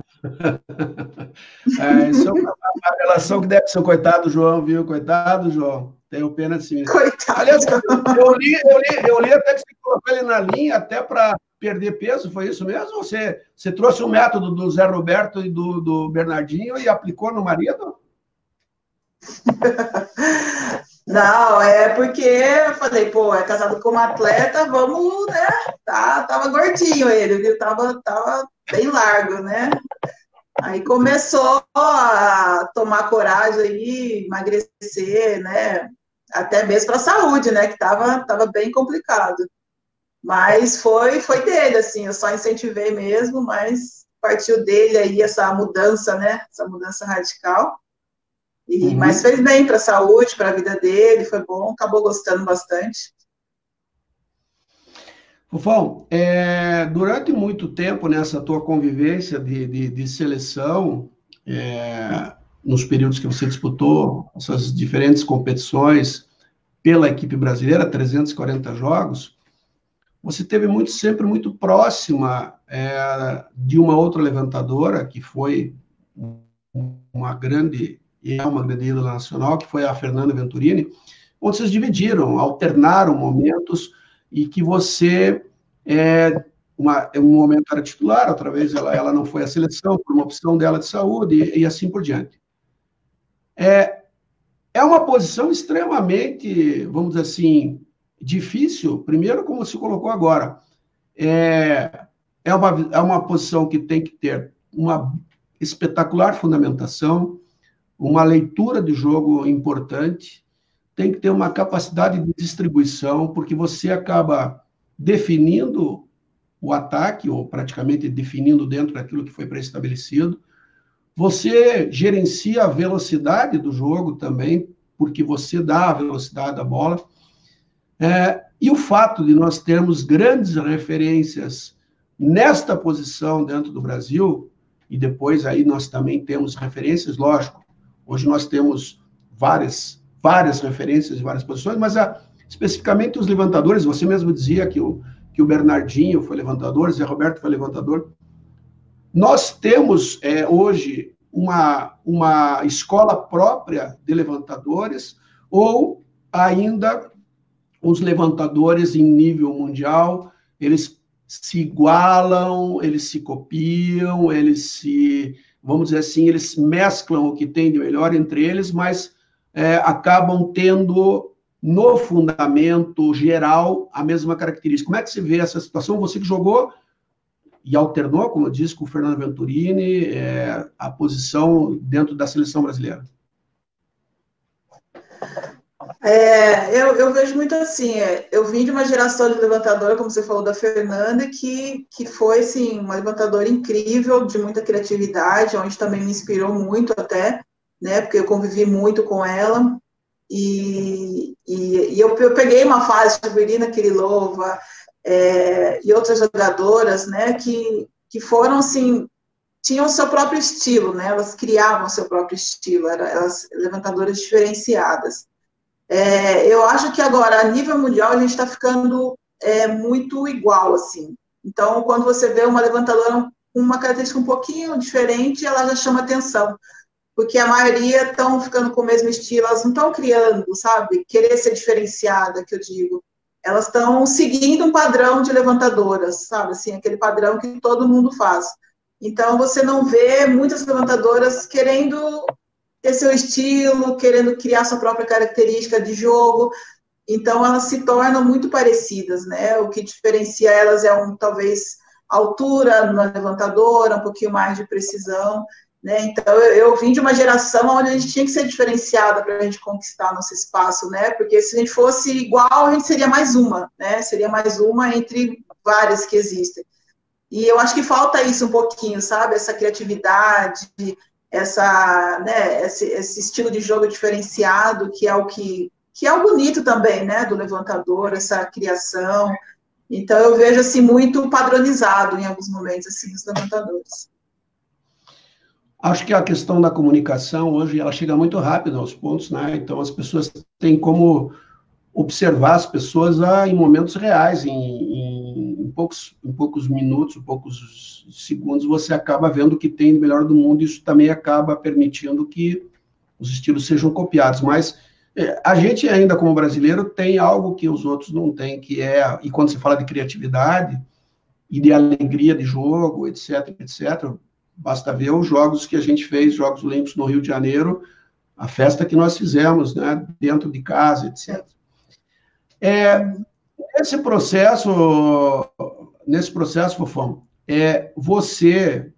Isso é uma relação que deve ser o coitado do João, viu? Coitado, João. Tenho pena assim. Coitado. Aliás, eu li até que você colocou ele na linha até para perder peso, foi isso mesmo? Você trouxe o método do Zé Roberto e do Bernardinho e aplicou no marido? Não, é porque eu falei, pô, é casado com uma atleta, vamos, né? Tava gordinho ele, viu? Tava bem largo, né? Aí começou a tomar coragem aí, emagrecer, né? Até mesmo para a saúde, né? Que tava bem complicado. Mas foi dele, assim, eu só incentivei mesmo, mas partiu dele aí essa mudança, né? Essa mudança radical. Mas fez bem para a saúde, para a vida dele, foi bom, acabou gostando bastante. Fofão, durante muito tempo nessa tua convivência de seleção, nos períodos que você disputou essas diferentes competições pela equipe brasileira, 340 jogos, você teve sempre muito próxima de uma outra levantadora, que foi uma grande ídola nacional, que foi a Fernanda Venturini, onde vocês dividiram, alternaram momentos e que você, um momento era titular, outra vez ela não foi à seleção por uma opção dela de saúde e assim por diante. É uma posição extremamente, vamos dizer assim, difícil, primeiro, como se colocou agora, é uma posição que tem que ter uma espetacular fundamentação, uma leitura de jogo importante, tem que ter uma capacidade de distribuição, porque você acaba definindo o ataque, ou praticamente definindo dentro daquilo que foi pré-estabelecido. Você gerencia a velocidade do jogo também, porque você dá a velocidade da bola. E o fato de nós termos grandes referências nesta posição dentro do Brasil, e depois aí nós também temos referências, lógico, hoje nós temos várias referências em várias posições, mas especificamente os levantadores, você mesmo dizia que o Bernardinho foi levantador, Zé Roberto foi levantador. Nós temos hoje uma escola própria de levantadores, ou ainda os levantadores em nível mundial, eles se igualam, eles se copiam, vamos dizer assim, eles mesclam o que tem de melhor entre eles, mas acabam tendo no fundamento geral a mesma característica. Como é que você vê essa situação? Você que jogou e alternou, como eu disse, com o Fernando Venturini, a posição dentro da seleção brasileira. Eu vejo muito assim, eu vim de uma geração de levantadora, como você falou, da Fernanda, que foi, assim, uma levantadora incrível, de muita criatividade, onde também me inspirou muito até, né, porque eu convivi muito com ela, e eu peguei uma fase de Irina Kirilova, e outras jogadoras, né, que foram, assim, tinham o seu próprio estilo, né, elas criavam o seu próprio estilo, elas levantadoras diferenciadas. Eu acho que agora, a nível mundial, a gente está ficando muito igual, assim. Então, quando você vê uma levantadora com uma característica um pouquinho diferente, ela já chama atenção, porque a maioria estão ficando com o mesmo estilo, elas não estão criando, sabe? Querer ser diferenciada, que eu digo. Elas estão seguindo um padrão de levantadoras, sabe? Assim, aquele padrão que todo mundo faz. Então, você não vê muitas levantadoras querendo ter seu estilo, querendo criar sua própria característica de jogo. Então, elas se tornam muito parecidas, né? O que diferencia elas é, talvez, a altura na levantadora, um pouquinho mais de precisão, né? Então, eu vim de uma geração onde a gente tinha que ser diferenciada para a gente conquistar nosso espaço, né? Porque se a gente fosse igual, a gente seria mais uma, né? Seria mais uma entre várias que existem. E eu acho que falta isso um pouquinho, sabe? Essa criatividade, né? esse estilo de jogo diferenciado, que é o que é o bonito também, né? Do levantador, essa criação. Então, eu vejo, assim, muito padronizado em alguns momentos, assim, os levantadores. Acho que a questão da comunicação hoje, ela chega muito rápido aos pontos, né? Então, as pessoas têm como observar as pessoas em momentos reais, em poucos minutos, em poucos segundos, você acaba vendo o que tem de melhor do mundo, e isso também acaba permitindo que os estilos sejam copiados. Mas a gente ainda, como brasileiro, tem algo que os outros não têm, que é, e quando se fala de criatividade e de alegria de jogo, etc., etc., basta ver os jogos que a gente fez, Jogos Olímpicos no Rio de Janeiro, a festa que nós fizemos, né, dentro de casa, etc. Nesse processo, Fofão, você,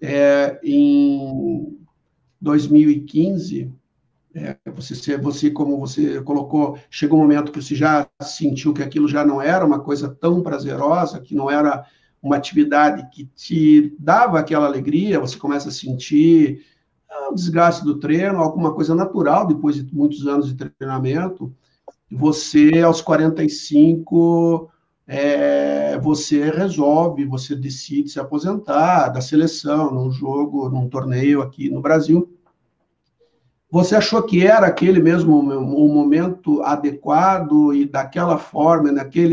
em 2015, você, como você colocou, chegou um momento que você já sentiu que aquilo já não era uma coisa tão prazerosa, que não era uma atividade que te dava aquela alegria, você começa a sentir o desgaste do treino, alguma coisa natural, depois de muitos anos de treinamento. Você, aos 45, você resolve, você decide se aposentar da seleção, num jogo, num torneio aqui no Brasil. Você achou que era aquele mesmo um momento adequado e daquela forma,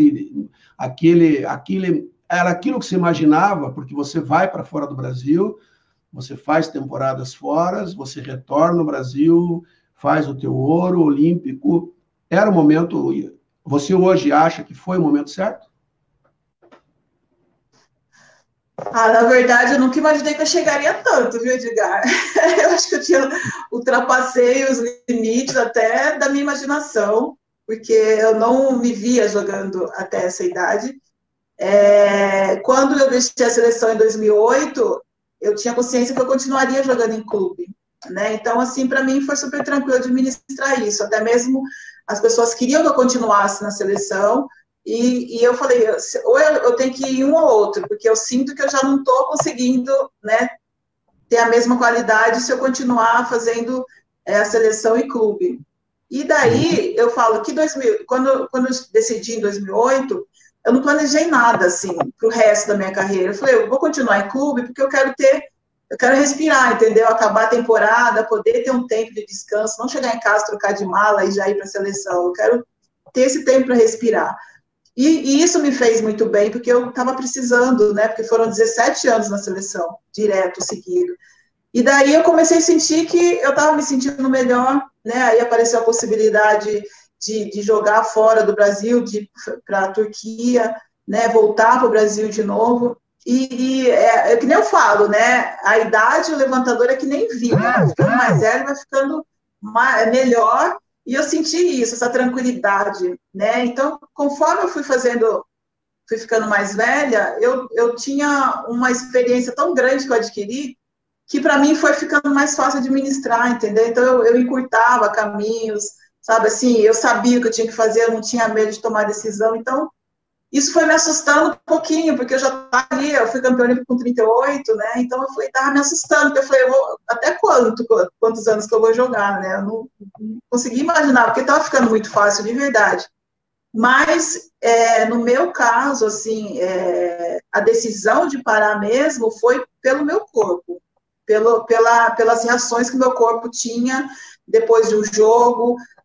era aquilo que você imaginava, porque você vai para fora do Brasil, você faz temporadas fora, você retorna ao Brasil, faz o teu ouro olímpico. Era o momento, você hoje acha que foi o momento certo? Na verdade, eu nunca imaginei que eu chegaria tanto, viu, Edgar? Eu acho que eu ultrapassei os limites até da minha imaginação, porque eu não me via jogando até essa idade. Quando eu deixei a seleção em 2008, eu tinha consciência que eu continuaria jogando em clube, né? Então, assim, para mim foi super tranquilo administrar isso. Até mesmo as pessoas queriam que eu continuasse na seleção, e eu falei, ou eu tenho que ir um ou outro, porque eu sinto que eu já não estou conseguindo, né, ter a mesma qualidade se eu continuar fazendo a seleção e clube. E daí, eu falo que quando eu decidi em 2008, eu não planejei nada, assim, para o resto da minha carreira. Eu falei, eu vou continuar em clube porque eu quero respirar, entendeu? Acabar a temporada, poder ter um tempo de descanso, não chegar em casa, trocar de mala e já ir para a seleção. Eu quero ter esse tempo para respirar. E isso me fez muito bem, porque eu estava precisando, né? Porque foram 17 anos na seleção, direto, seguido. E daí eu comecei a sentir que eu estava me sentindo melhor, né? Aí apareceu a possibilidade de jogar fora do Brasil, de ir para a Turquia, né? Voltar para o Brasil de novo. É que nem eu falo, né? A idade, o levantador é que nem vinho, vai ficando mais velho, vai ficando melhor. E eu senti isso, essa tranquilidade, né? Então, conforme eu fui ficando mais velha, eu tinha uma experiência tão grande que eu adquiri, que para mim foi ficando mais fácil administrar, entendeu? Então, eu encurtava caminhos, sabe? Assim, eu sabia o que eu tinha que fazer, eu não tinha medo de tomar decisão. Então, isso foi me assustando um pouquinho, porque eu já estava ali, eu fui campeã olímpica com 38, né? Então, eu falei, estava me assustando, porque eu falei, até quantos anos que eu vou jogar, né? Eu não consegui imaginar, porque estava ficando muito fácil, de verdade. Mas, no meu caso, assim, a decisão de parar mesmo foi pelo meu corpo, pelas reações que o meu corpo tinha depois de um jogo,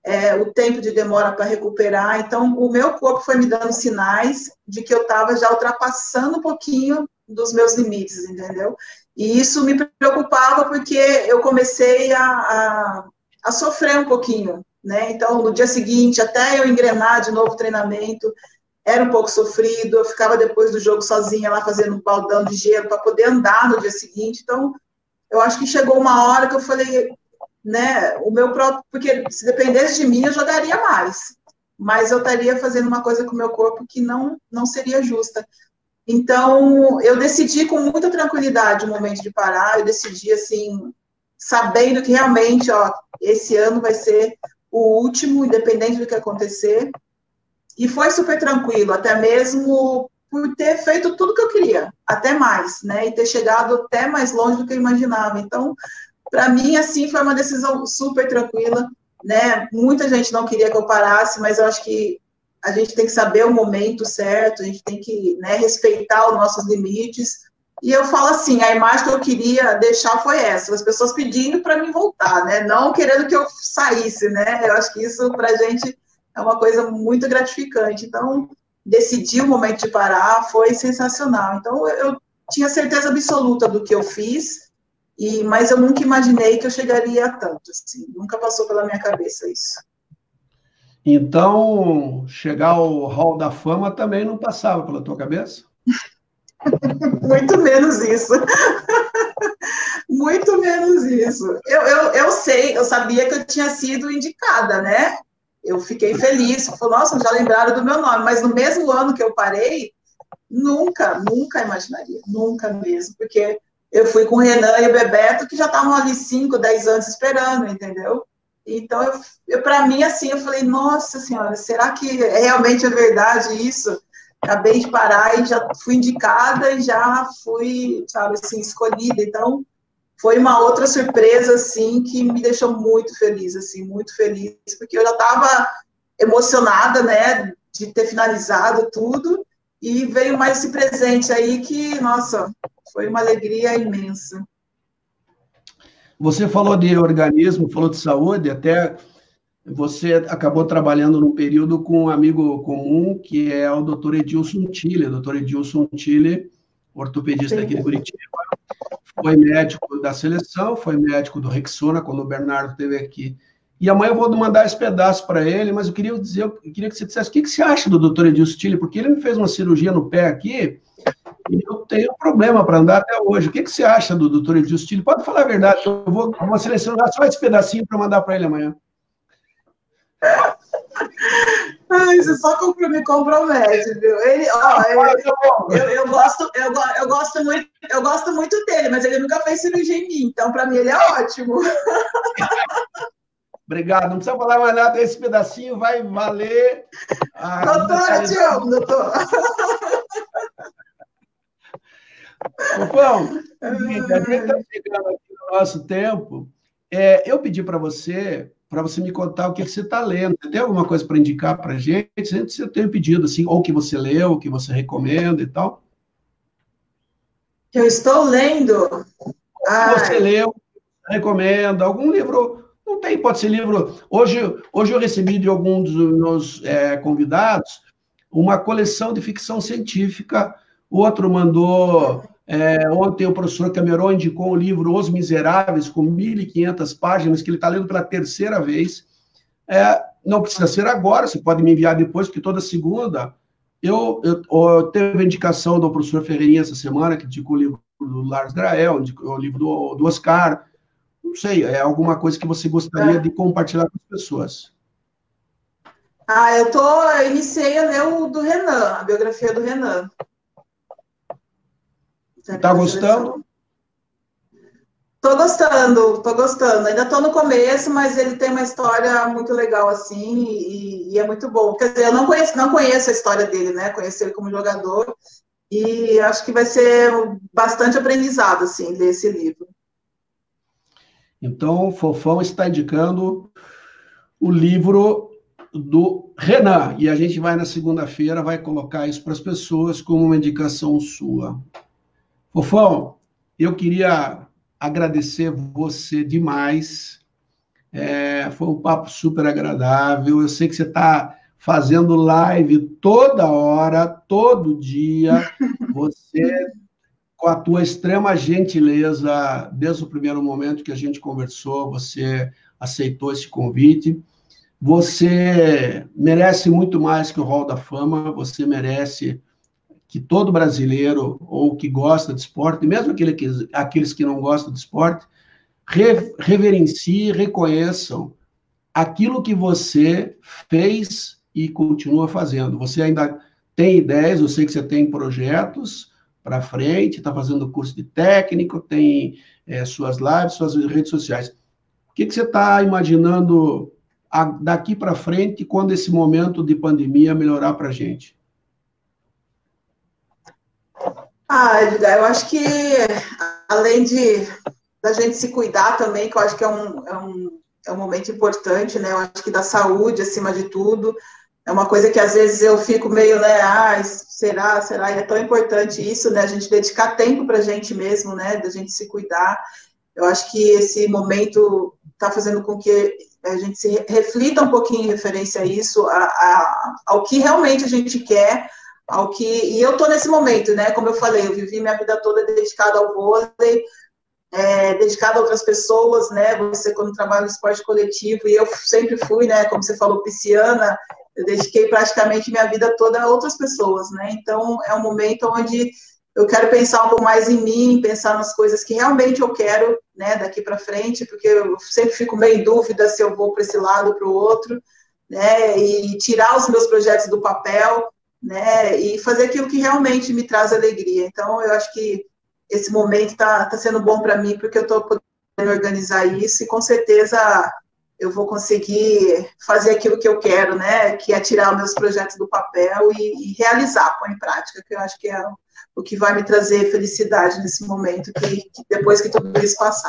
o tempo de demora para recuperar. Então, o meu corpo foi me dando sinais de que eu estava já ultrapassando um pouquinho dos meus limites, entendeu? E isso me preocupava porque eu comecei a sofrer um pouquinho, né? Então, no dia seguinte, até eu engrenar de novo o treinamento, era um pouco sofrido, eu ficava depois do jogo sozinha lá fazendo um baldão de gelo para poder andar no dia seguinte. Então, eu acho que chegou uma hora que eu falei, né, o meu próprio, porque se dependesse de mim, eu jogaria mais, mas eu estaria fazendo uma coisa com o meu corpo que não seria justa. Então, eu decidi com muita tranquilidade o momento de parar, eu decidi, assim, sabendo que realmente, ó, esse ano vai ser o último, independente do que acontecer, e foi super tranquilo, até mesmo por ter feito tudo que eu queria, até mais, né, e ter chegado até mais longe do que eu imaginava. Então, para mim, assim, foi uma decisão super tranquila, né, muita gente não queria que eu parasse, mas eu acho que a gente tem que saber o momento certo, a gente tem que, né, respeitar os nossos limites. E eu falo assim, a imagem que eu queria deixar foi essa, as pessoas pedindo para mim voltar, né, não querendo que eu saísse, né, eu acho que isso para a gente é uma coisa muito gratificante. Então, decidir o momento de parar foi sensacional. Então, eu tinha certeza absoluta do que eu fiz, mas eu nunca imaginei que eu chegaria a tanto, assim, nunca passou pela minha cabeça isso. Então, chegar ao Hall da Fama também não passava pela tua cabeça? Muito menos isso. Muito menos isso. Eu sei, eu sabia que eu tinha sido indicada, né? Eu fiquei feliz. Falei, nossa, já lembraram do meu nome. Mas no mesmo ano que eu parei, nunca imaginaria. Nunca mesmo. Porque eu fui com o Renan e o Bebeto, que já estavam ali 5, 10 anos esperando, entendeu? Então, para mim, assim, eu falei, nossa senhora, será que realmente é verdade isso? Acabei de parar e já fui indicada e já fui, sabe, assim, escolhida. Então, foi uma outra surpresa, assim, que me deixou muito feliz, assim, muito feliz, porque eu já estava emocionada, né, de ter finalizado tudo, e veio mais esse presente aí que, nossa, foi uma alegria imensa. Você falou de organismo, falou de saúde, até você acabou trabalhando num período com um amigo comum, que é o doutor Edilson Tille. O doutor Edilson Tille, ortopedista aqui de Curitiba, foi médico da seleção, foi médico do Rexona, quando o Bernardo esteve aqui. E amanhã eu vou mandar esse pedaço para ele, mas eu queria que você dissesse o que você acha do doutor Edilson Tille, porque ele me fez uma cirurgia no pé aqui, e eu tenho problema para andar até hoje. O que você acha do doutor Edilson Tille? Pode falar a verdade, eu vou selecionar só esse pedacinho para mandar para ele amanhã. Ai, você só me compromete, viu? Ele, ó, eu gosto muito dele, mas ele nunca fez cirurgia em mim, então para mim ele é ótimo. Obrigado, não precisa falar mais nada, esse pedacinho vai valer. Doutor, eu te amo, doutor. Fofão, a gente está chegando aqui no nosso tempo. Eu pedi para você me contar o que você está lendo. Tem alguma coisa para indicar para a gente? Você tem pedido, assim, ou que você leu, ou que você recomenda e tal? Eu estou lendo. Você leu, recomenda, algum livro? Não tem, pode ser livro. Hoje eu recebi de alguns dos meus convidados uma coleção de ficção científica. Outro mandou. Ontem o professor Cameron indicou o livro Os Miseráveis, com 1.500 páginas, que ele está lendo pela terceira vez. Não precisa ser agora, você pode me enviar depois, porque toda segunda eu teve a indicação do professor Ferreirinha essa semana, que indicou o livro do Lars Grael, o livro do Oscar. Não sei, é alguma coisa que você gostaria de compartilhar com as pessoas. Eu iniciei a ler o do Renan, a biografia do Renan. Está gostando? Tô gostando. Ainda tô no começo, mas ele tem uma história muito legal, assim, e é muito bom. Quer dizer, eu não conheço a história dele, né? Conheci ele como jogador, e acho que vai ser bastante aprendizado, assim, ler esse livro. Então, o Fofão está indicando o livro do Renan, e a gente vai na segunda-feira, vai colocar isso para as pessoas como uma indicação sua. Fofão, eu queria agradecer você demais. Foi um papo super agradável. Eu sei que você está fazendo live toda hora, todo dia. Você, com a tua extrema gentileza, desde o primeiro momento que a gente conversou, você aceitou esse convite. Você merece muito mais que o Hall da Fama, você merece que todo brasileiro, ou que gosta de esporte, mesmo aqueles que não gostam de esporte, reverenciem, reconheçam aquilo que você fez e continua fazendo. Você ainda tem ideias, eu sei que você tem projetos para frente, está fazendo curso de técnico, tem suas lives, suas redes sociais. O que você está imaginando daqui para frente, quando esse momento de pandemia melhorar para a gente? Edgar, eu acho que, além da gente se cuidar também, que eu acho que é um momento importante, né? Eu acho que da saúde, acima de tudo, é uma coisa que às vezes eu fico meio, né? Será? E é tão importante isso, né? A gente dedicar tempo para a gente mesmo, né? Da gente se cuidar. Eu acho que esse momento está fazendo com que a gente se reflita um pouquinho em referência a isso, ao que realmente a gente quer, e eu estou nesse momento, né? Como eu falei, eu vivi minha vida toda dedicada ao vôlei, dedicada a outras pessoas, né? Você, quando trabalha no esporte coletivo, e eu sempre fui, né? Como você falou, pisciana, eu dediquei praticamente minha vida toda a outras pessoas, né? Então, é um momento onde eu quero pensar um pouco mais em mim, pensar nas coisas que realmente eu quero, né? Daqui para frente, porque eu sempre fico meio em dúvida se eu vou para esse lado ou para o outro, né? E tirar os meus projetos do papel, né? E fazer aquilo que realmente me traz alegria. Então, eu acho que esse momento está sendo bom para mim, porque eu estou podendo organizar isso, e com certeza eu vou conseguir fazer aquilo que eu quero, né? Que é tirar os meus projetos do papel e realizar, pôr em prática, que eu acho que é o que vai me trazer felicidade nesse momento, que depois que tudo isso passar.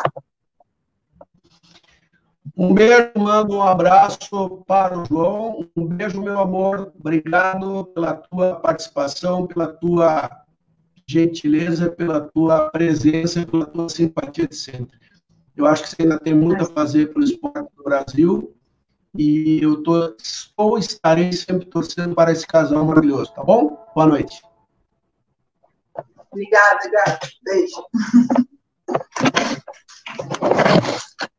Um beijo, mando um abraço para o João. Um beijo, meu amor. Obrigado pela tua participação, pela tua gentileza, pela tua presença, pela tua simpatia de sempre. Eu acho que você ainda tem muito a fazer pelo esporte do Brasil, e eu estarei sempre torcendo para esse casal maravilhoso, tá bom? Boa noite. Obrigada. Beijo.